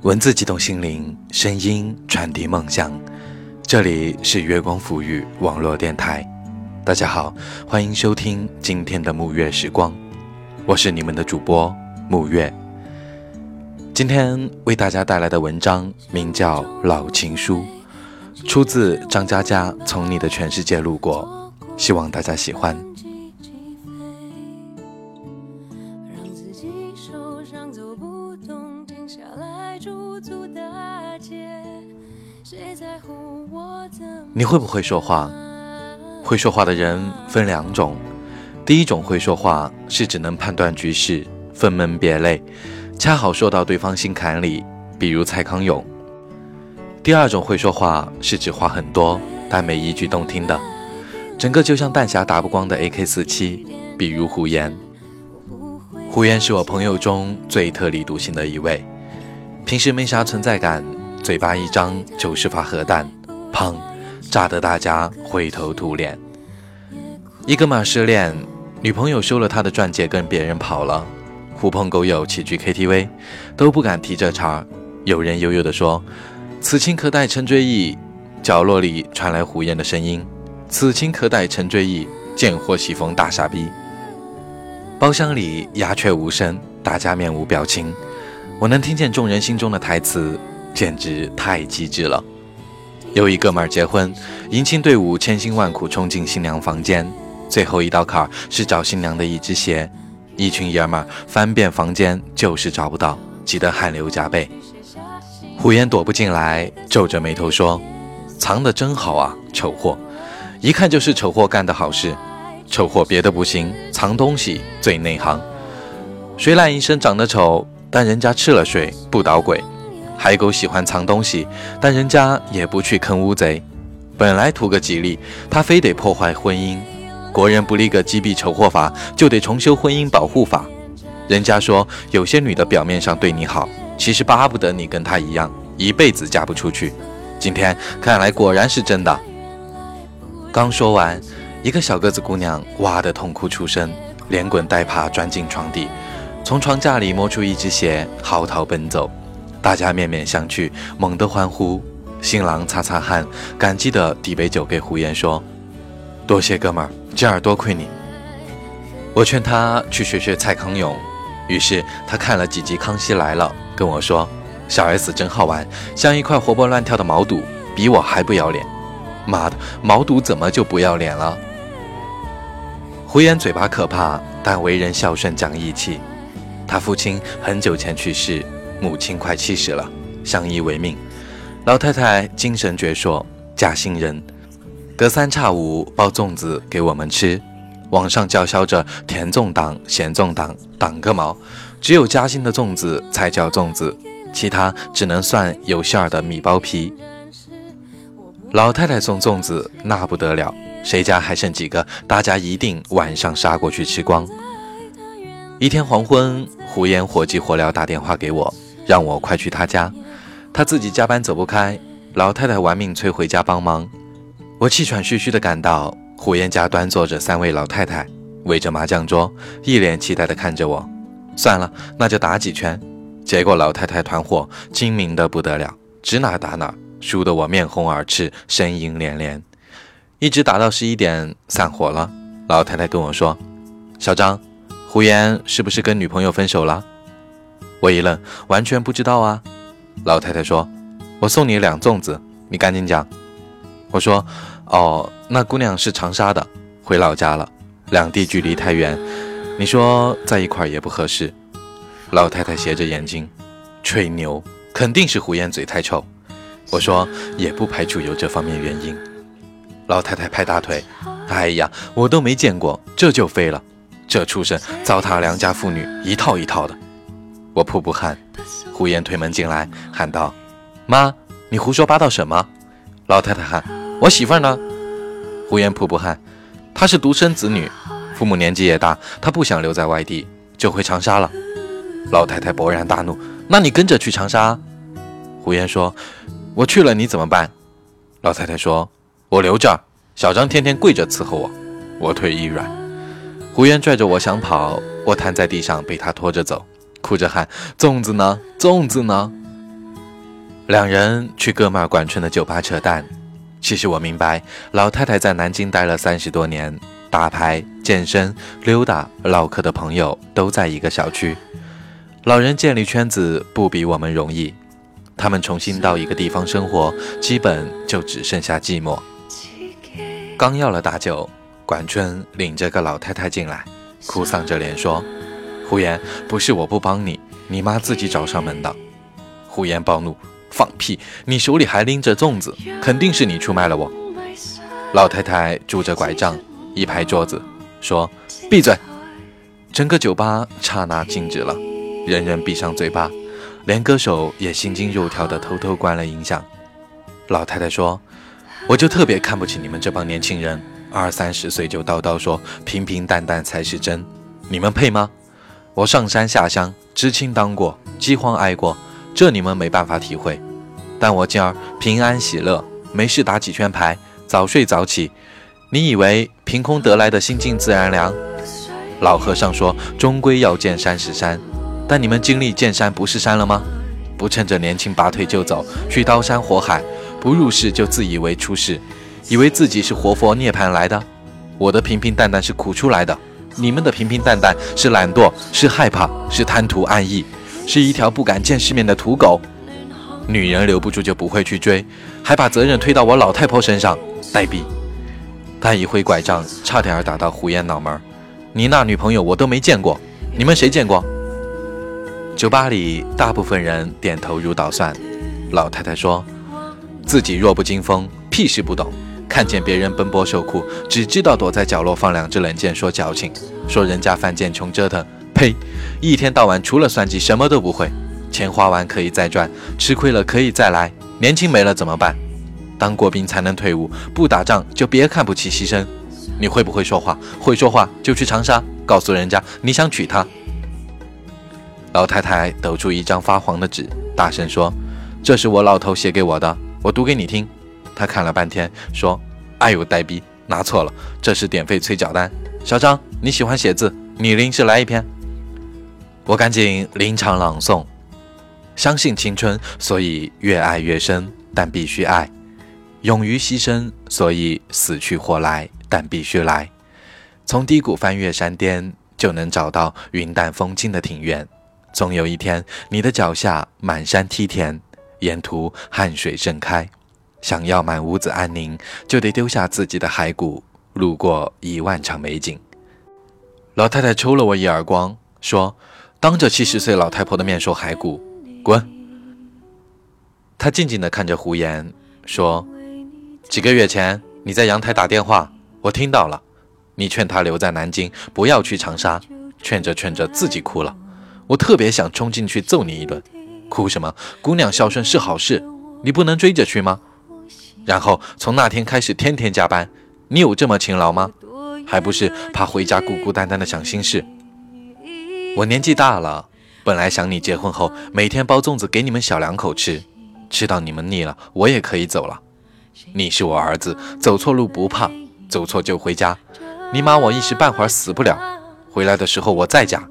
文字激动心灵，声音传递梦想。这里是月光抚育网络电台，大家好，欢迎收听今天的沐月时光，我是你们的主播沐月。今天为大家带来的文章名叫《老情书》，出自张嘉佳《从你的全世界路过》，希望大家喜欢。你会不会说话？会说话的人分两种，第一种会说话是只能判断局势，分门别类，恰好说到对方心坎里，比如蔡康永。第二种会说话是指话很多，但没一句动听的，整个就像弹匣打不光的 AK47， 比如胡言。胡言是我朋友中最特立独行的一位，平时没啥存在感，嘴巴一张就是发核弹，砰，炸得大家灰头土脸。一哥们儿失恋，女朋友收了他的钻戒跟别人跑了，狐朋狗友齐聚 KTV 都不敢提这茬，有人悠悠地说，此情可待成追忆。角落里传来胡言的声音，此情可待成追忆，见货喜逢大傻逼。包厢里鸦雀无声，大家面无表情，我能听见众人心中的台词，简直太机智了。有一哥们儿结婚，迎亲队伍千辛万苦冲进新娘房间，最后一道坎是找新娘的一只鞋，一群爷们儿翻遍房间就是找不到，急得汗流浃背。胡言躲不进来，皱着眉头说，藏得真好啊，丑货，一看就是丑货干的好事，丑货别的不行，藏东西最内行。谁烂一身长得丑，但人家吃了水不捣鬼，海狗喜欢藏东西，但人家也不去坑乌贼，本来图个吉利，他非得破坏婚姻。国人不立个击毙丑货法，就得重修婚姻保护法。人家说有些女的表面上对你好，其实巴不得你跟她一样，一辈子嫁不出去。今天看来果然是真的。刚说完，一个小个子姑娘哇的痛哭出声，连滚带爬钻进床底，从床架里摸出一只鞋，嚎啕奔走。大家面面相觑，猛地欢呼。新郎擦擦汗，感激地递杯酒给胡言说，多谢哥们儿，今儿多亏你。我劝他去学学蔡康永，于是他看了几集《康熙来了》，跟我说，小 S 真好玩，像一块活蹦乱跳的毛肚，比我还不要脸。妈的，毛肚怎么就不要脸了？胡言嘴巴可怕，但为人孝顺讲义气。他父亲很久前去世，母亲快70了，相依为命。老太太精神矍铄，嫁新人，隔三差五包粽子给我们吃。网上叫嚣着甜粽党、咸粽党，党个毛！只有夹心的粽子才叫粽子，其他只能算有馅儿的米包皮。老太太送粽子那不得了，谁家还剩几个，大家一定晚上杀过去吃光。一天黄昏，胡言火急火燎打电话给我，让我快去他家。他自己加班走不开，老太太玩命催回家帮忙。我气喘吁吁地赶到，胡言家端坐着3位老太太，围着麻将桌，一脸期待地看着我。算了，那就打几圈。结果老太太团伙精明得不得了，指哪打哪，输得我面红耳赤，呻吟连连。一直打到11点散伙了，老太太跟我说，小张，胡言是不是跟女朋友分手了？我一愣，完全不知道啊。老太太说，我送你2粽子，你赶紧讲。我说，哦，那姑娘是长沙的，回老家了，两地距离太远，你说在一块也不合适。老太太斜着眼睛，吹牛，肯定是胡言嘴太臭。我说，也不排除有这方面原因。老太太拍大腿，哎呀，我都没见过，这就飞了，这畜生糟蹋良家妇女，一套一套的。我扑扑汗，胡言推门进来，喊道，妈，你胡说八道什么？老太太喊，我媳妇儿呢？胡言扑扑汗，她是独生子女，父母年纪也大，她不想留在外地，就回长沙了。老太太勃然大怒，那你跟着去长沙？胡言说，我去了你怎么办？老太太说，我留着，小张天天跪着伺候我。我腿一软，胡言拽着我想跑，我瘫在地上被他拖着走，哭着喊，粽子呢，粽子呢？ 两人去哥们儿管春的酒吧扯淡。其实我明白，老太太在南京待了30多年，打牌、健身、溜达、唠嗑的朋友都在一个小区。老人建立圈子不比我们容易，他们重新到一个地方生活，基本就只剩下寂寞。刚要了大酒，管春领着个老太太进来，哭丧着脸说：胡言，不是我不帮你，你妈自己找上门的。胡言暴怒：放屁，你手里还拎着粽子，肯定是你出卖了我。老太太拄着拐杖一拍桌子说：闭嘴！整个酒吧刹那静止了，人人闭上嘴巴，连歌手也心惊肉跳地偷偷关了音响。老太太说：我就特别看不起你们这帮年轻人，20-30岁就叨叨说平平淡淡才是真，你们配吗？我上山下乡，知青当过，饥荒挨过，这你们没办法体会。但我今儿平安喜乐，没事打几圈牌，早睡早起，你以为凭空得来的心静自然凉？老和尚说终归要见山是山，但你们经历见山不是山了吗？不趁着年轻拔腿就走，去刀山火海，不入世就自以为出世，以为自己是活佛涅槃来的。我的平平淡淡是苦出来的，你们的平平淡淡是懒惰，是害怕，是贪图安逸，是一条不敢见世面的土狗。女人留不住就不会去追，还把责任推到我老太婆身上，呆逼！他一挥拐杖，差点打到胡言脑门。你那女朋友我都没见过，你们谁见过？酒吧里大部分人点头如捣蒜。老太太说：自己弱不禁风，屁事不懂，看见别人奔波受苦，只知道躲在角落放2支冷箭，说矫情，说人家犯贱穷折腾。呸！一天到晚除了算计什么都不会，钱花完可以再赚，吃亏了可以再来，年轻没了怎么办？当过兵才能退伍，不打仗就别看不起牺牲。你会不会说话？会说话就去长沙，告诉人家你想娶她。老太太抖出一张发黄的纸，大声说：这是我老头写给我的，我读给你听。他看了半天说：哎呦呆逼，拿错了，这是点费催缴单。小张，你喜欢写字，你临时来一篇。我赶紧临场朗诵：相信青春，所以越爱越深，但必须爱；勇于牺牲，所以死去活来，但必须来。从低谷翻越山巅，就能找到云淡风轻的庭院。总有一天，你的脚下满山梯田，沿途汗水盛开。想要满屋子安宁，就得丢下自己的骸骨，路过10000场美景。老太太抽了我一耳光，说：当着70岁老太婆的面说骸骨，滚！她静静地看着胡言，说：几个月前你在阳台打电话，我听到了，你劝她留在南京，不要去长沙，劝着劝着自己哭了。我特别想冲进去揍你一顿。哭什么？姑娘孝顺是好事，你不能追着去吗？然后从那天开始天天加班，你有这么勤劳吗？还不是怕回家孤孤单单的想心事。我年纪大了，本来想你结婚后每天包粽子给你们小两口吃，吃到你们腻了，我也可以走了。你是我儿子，走错路不怕，走错就回家。你妈我一时半会儿死不了，回来的时候我再嫁。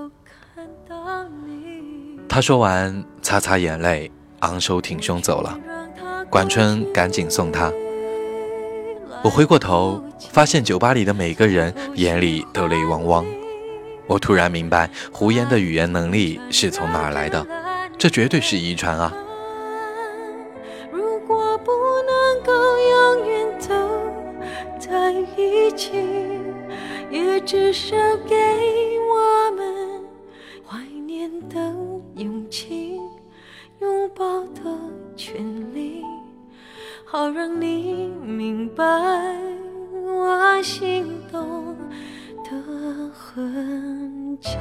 他说完，擦擦眼泪，昂首挺胸走了。管春赶紧送他。我回过头，发现酒吧里的每个人眼里都泪汪汪。我突然明白，胡言的语言能力是从哪儿来的，这绝对是遗传啊！ 如果不能够永远走在一起，也至少给我们怀念的勇气，拥抱的权利，好让你明白我心动的痕迹。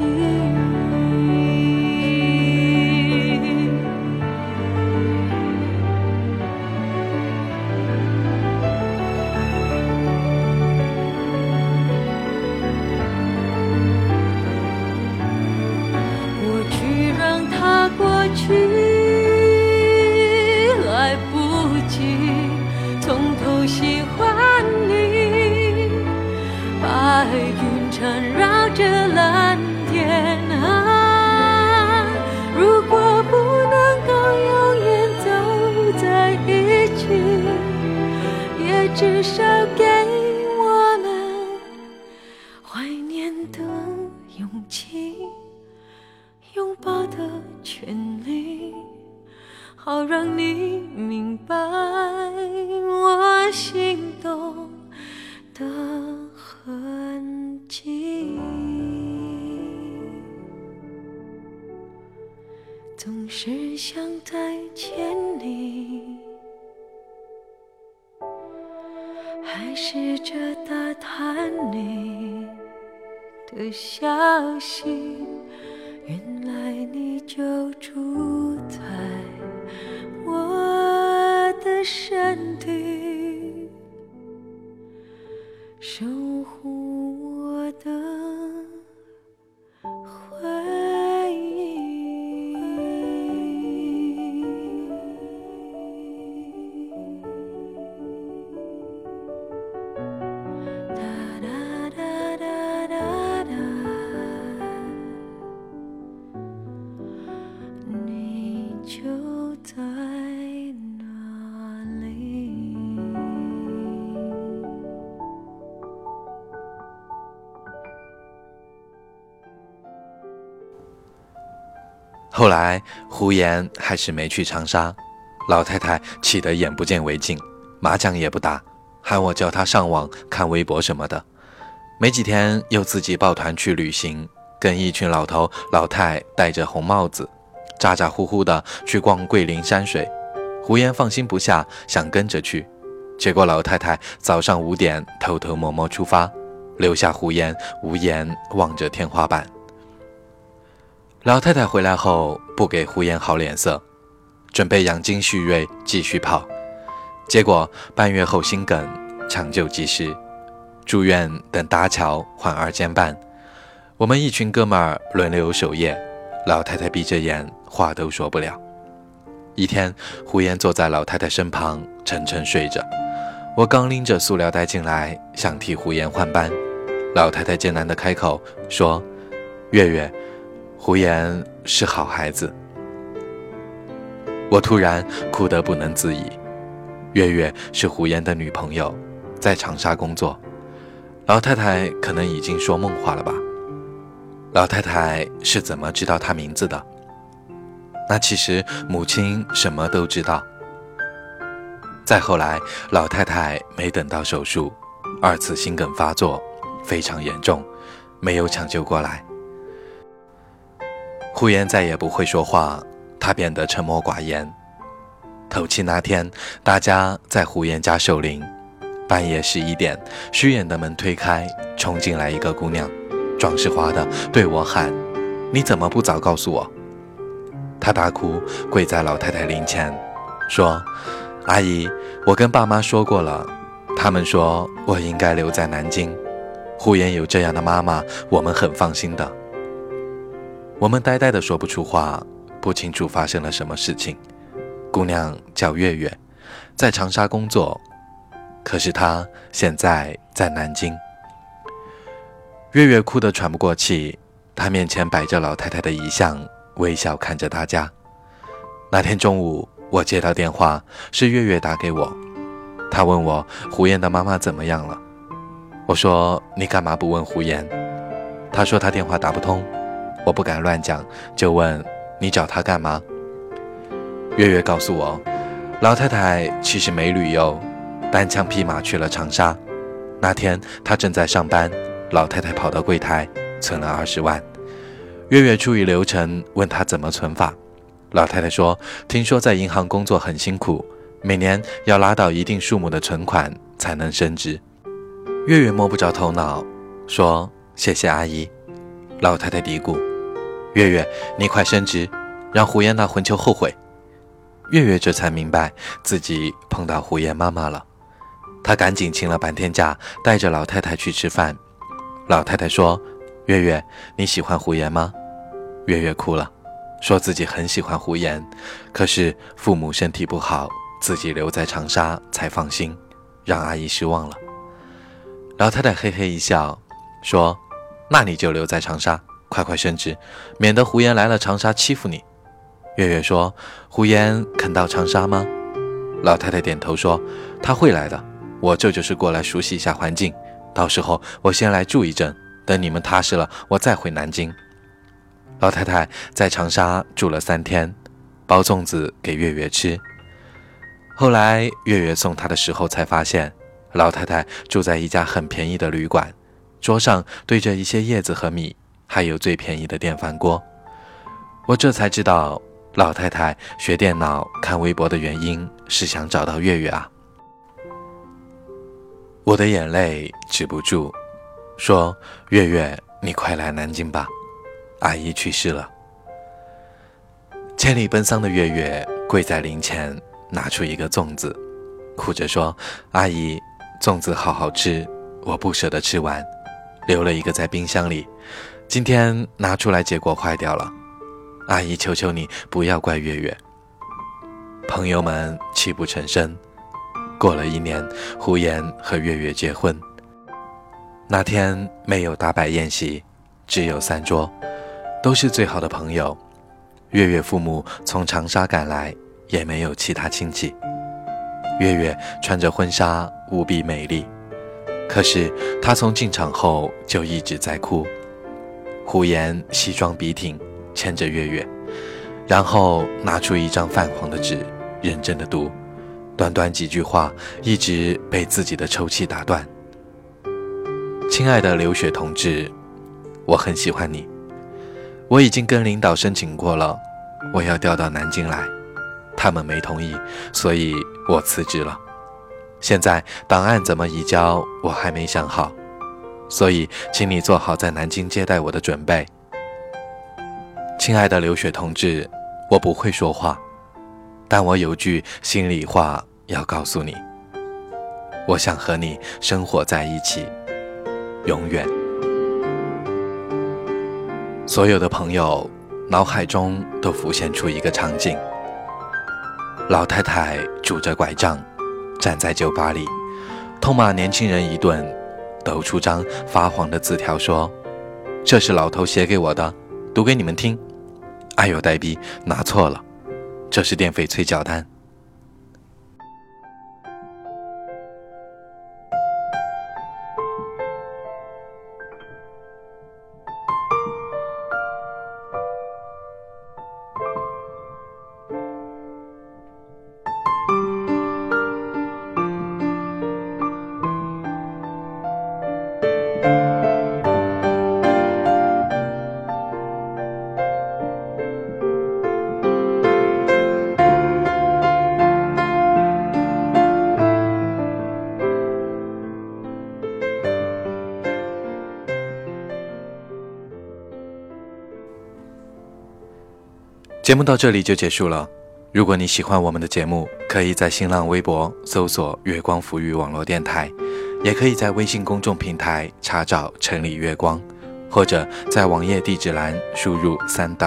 我去让它过去，来不及从头喜欢你。白云缠绕着蓝天啊，如果不能够永远走至少给我们怀念的勇气，拥抱的权利，好让你明白我心动的痕迹。总是想在千里，还试着打探你的消息，原来你就住在我的身体，守护我的回忆。你就在哪里？ 后来胡言还是没去长沙，老太太气得眼不见为净，麻将也不打，喊我叫她上网看微博什么的。没几天又自己抱团去旅行，跟一群老头老太戴着红帽子，咋咋呼呼的去逛桂林山水。胡言放心不下，想跟着去，结果老太太早上5点偷偷摸摸出发，留下胡言无言望着天花板。老太太回来后不给胡言好脸色，准备养精蓄锐继续跑，结果半月后心梗，抢救及时，住院等搭桥换2间半。我们一群哥们儿轮流守夜，老太太闭着眼，话都说不了。一天，胡言坐在老太太身旁沉沉睡着，我刚拎着塑料袋进来，想替胡言换班，老太太艰难地开口说：月月，胡言是好孩子。我突然哭得不能自已。月月是胡言的女朋友，在长沙工作。老太太可能已经说梦话了吧？老太太是怎么知道她名字的？那其实母亲什么都知道。再后来，老太太没等到手术，2次心梗发作，非常严重，没有抢救过来。胡言再也不会说话，他变得沉默寡言。头七那天，大家在胡言家守灵，半夜11点，虚掩的门推开，冲进来一个姑娘，壮实滑的对我喊：你怎么不早告诉我？她大哭，跪在老太太灵前，说：阿姨，我跟爸妈说过了，他们说我应该留在南京，胡言有这样的妈妈，我们很放心的。我们呆呆地说不出话，不清楚发生了什么事情。姑娘叫月月，在长沙工作，可是她现在在南京。月月哭得喘不过气，她面前摆着老太太的遗像，微笑看着大家。那天中午，我接到电话，是月月打给我，她问我胡言的妈妈怎么样了。我说你干嘛不问胡言？她说她电话打不通。我不敢乱讲，就问你找她干嘛？月月告诉我，老太太其实没旅游，单枪匹马去了长沙。那天她正在上班，老太太跑到柜台存了20万。月月出于流程问她怎么存法，老太太说听说在银行工作很辛苦，每年要拉到一定数目的存款才能升职。月月摸不着头脑，说谢谢阿姨。老太太嘀咕，月月你快升职，让胡言那混球后悔。月月这才明白自己碰到胡言妈妈了，她赶紧请了半天假，带着老太太去吃饭。老太太说，月月你喜欢胡言吗？月月哭了，说自己很喜欢胡言，可是父母身体不好，自己留在长沙才放心，让阿姨失望了。老太太嘿嘿一笑，说那你就留在长沙，快快升职，免得胡言来了长沙欺负你。月月说，胡言肯到长沙吗？老太太点头说，他会来的， 我这就是过来熟悉一下环境，到时候我先来住一阵，等你们踏实了，我再回南京。老太太在长沙住了3天，包粽子给月月吃。后来月月送她的时候才发现，老太太住在一家很便宜的旅馆，桌上堆着一些叶子和米，还有最便宜的电饭锅。我这才知道，老太太学电脑看微博的原因是想找到月月啊。我的眼泪止不住，说：月月，你快来南京吧，阿姨去世了。千里奔丧的月月跪在灵前，拿出一个粽子，哭着说：阿姨，粽子好好吃，我不舍得吃完，留了一个在冰箱里，今天拿出来结果坏掉了，阿姨求求你不要怪月月。朋友们泣不成声。过了1年，胡言和月月结婚。那天没有大摆宴席，只有3桌，都是最好的朋友。月月父母从长沙赶来，也没有其他亲戚。月月穿着婚纱无比美丽，可是她从进场后就一直在哭。胡言西装笔挺牵着月月，然后拿出一张泛黄的纸，认真的读，短短几句话一直被自己的抽泣打断。亲爱的刘雪同志，我很喜欢你，我已经跟领导申请过了，我要调到南京来，他们没同意，所以我辞职了。现在档案怎么移交我还没想好，所以请你做好在南京接待我的准备。亲爱的刘雪同志，我不会说话，但我有句心里话要告诉你，我想和你生活在一起，永远。所有的朋友脑海中都浮现出一个场景，老太太拄着拐杖站在酒吧里，痛骂年轻人一顿，抖出张发黄的字条说：这是老头写给我的，读给你们听。哎呦呆逼，拿错了，这是电费催缴单。节目到这里就结束了。如果你喜欢我们的节目，可以在新浪微博搜索月光浮语网络电台，也可以在微信公众平台查找城里月光，或者在网页地址栏输入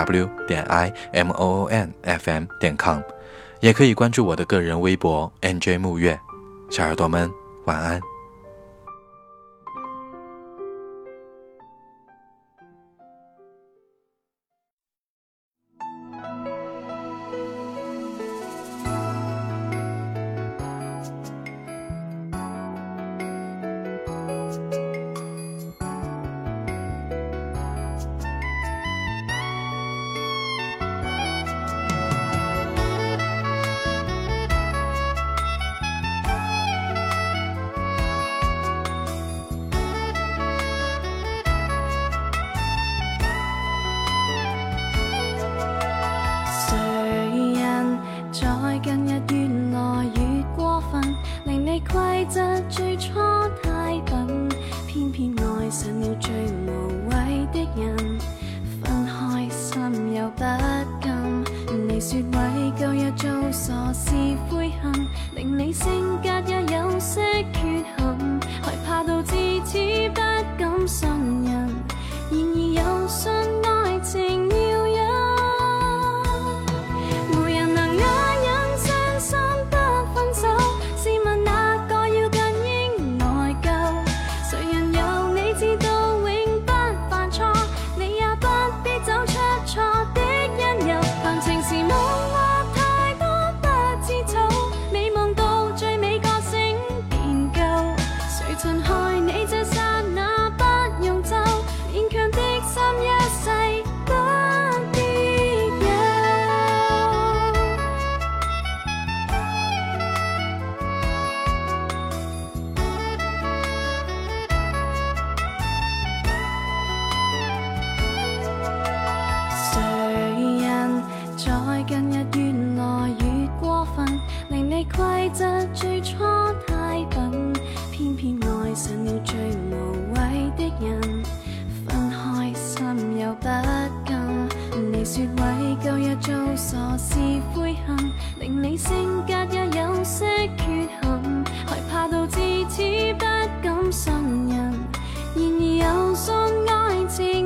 3w.imoonfm.com， 也可以关注我的个人微博 NJ 木月。小耳朵们晚安。 着最初太笨，偏偏愛上了最無謂的人，分開心又不甘。你說為舊日做傻事悔恨，令你性格也有些缺陷，害怕到至此不敢信任。然而有信愛情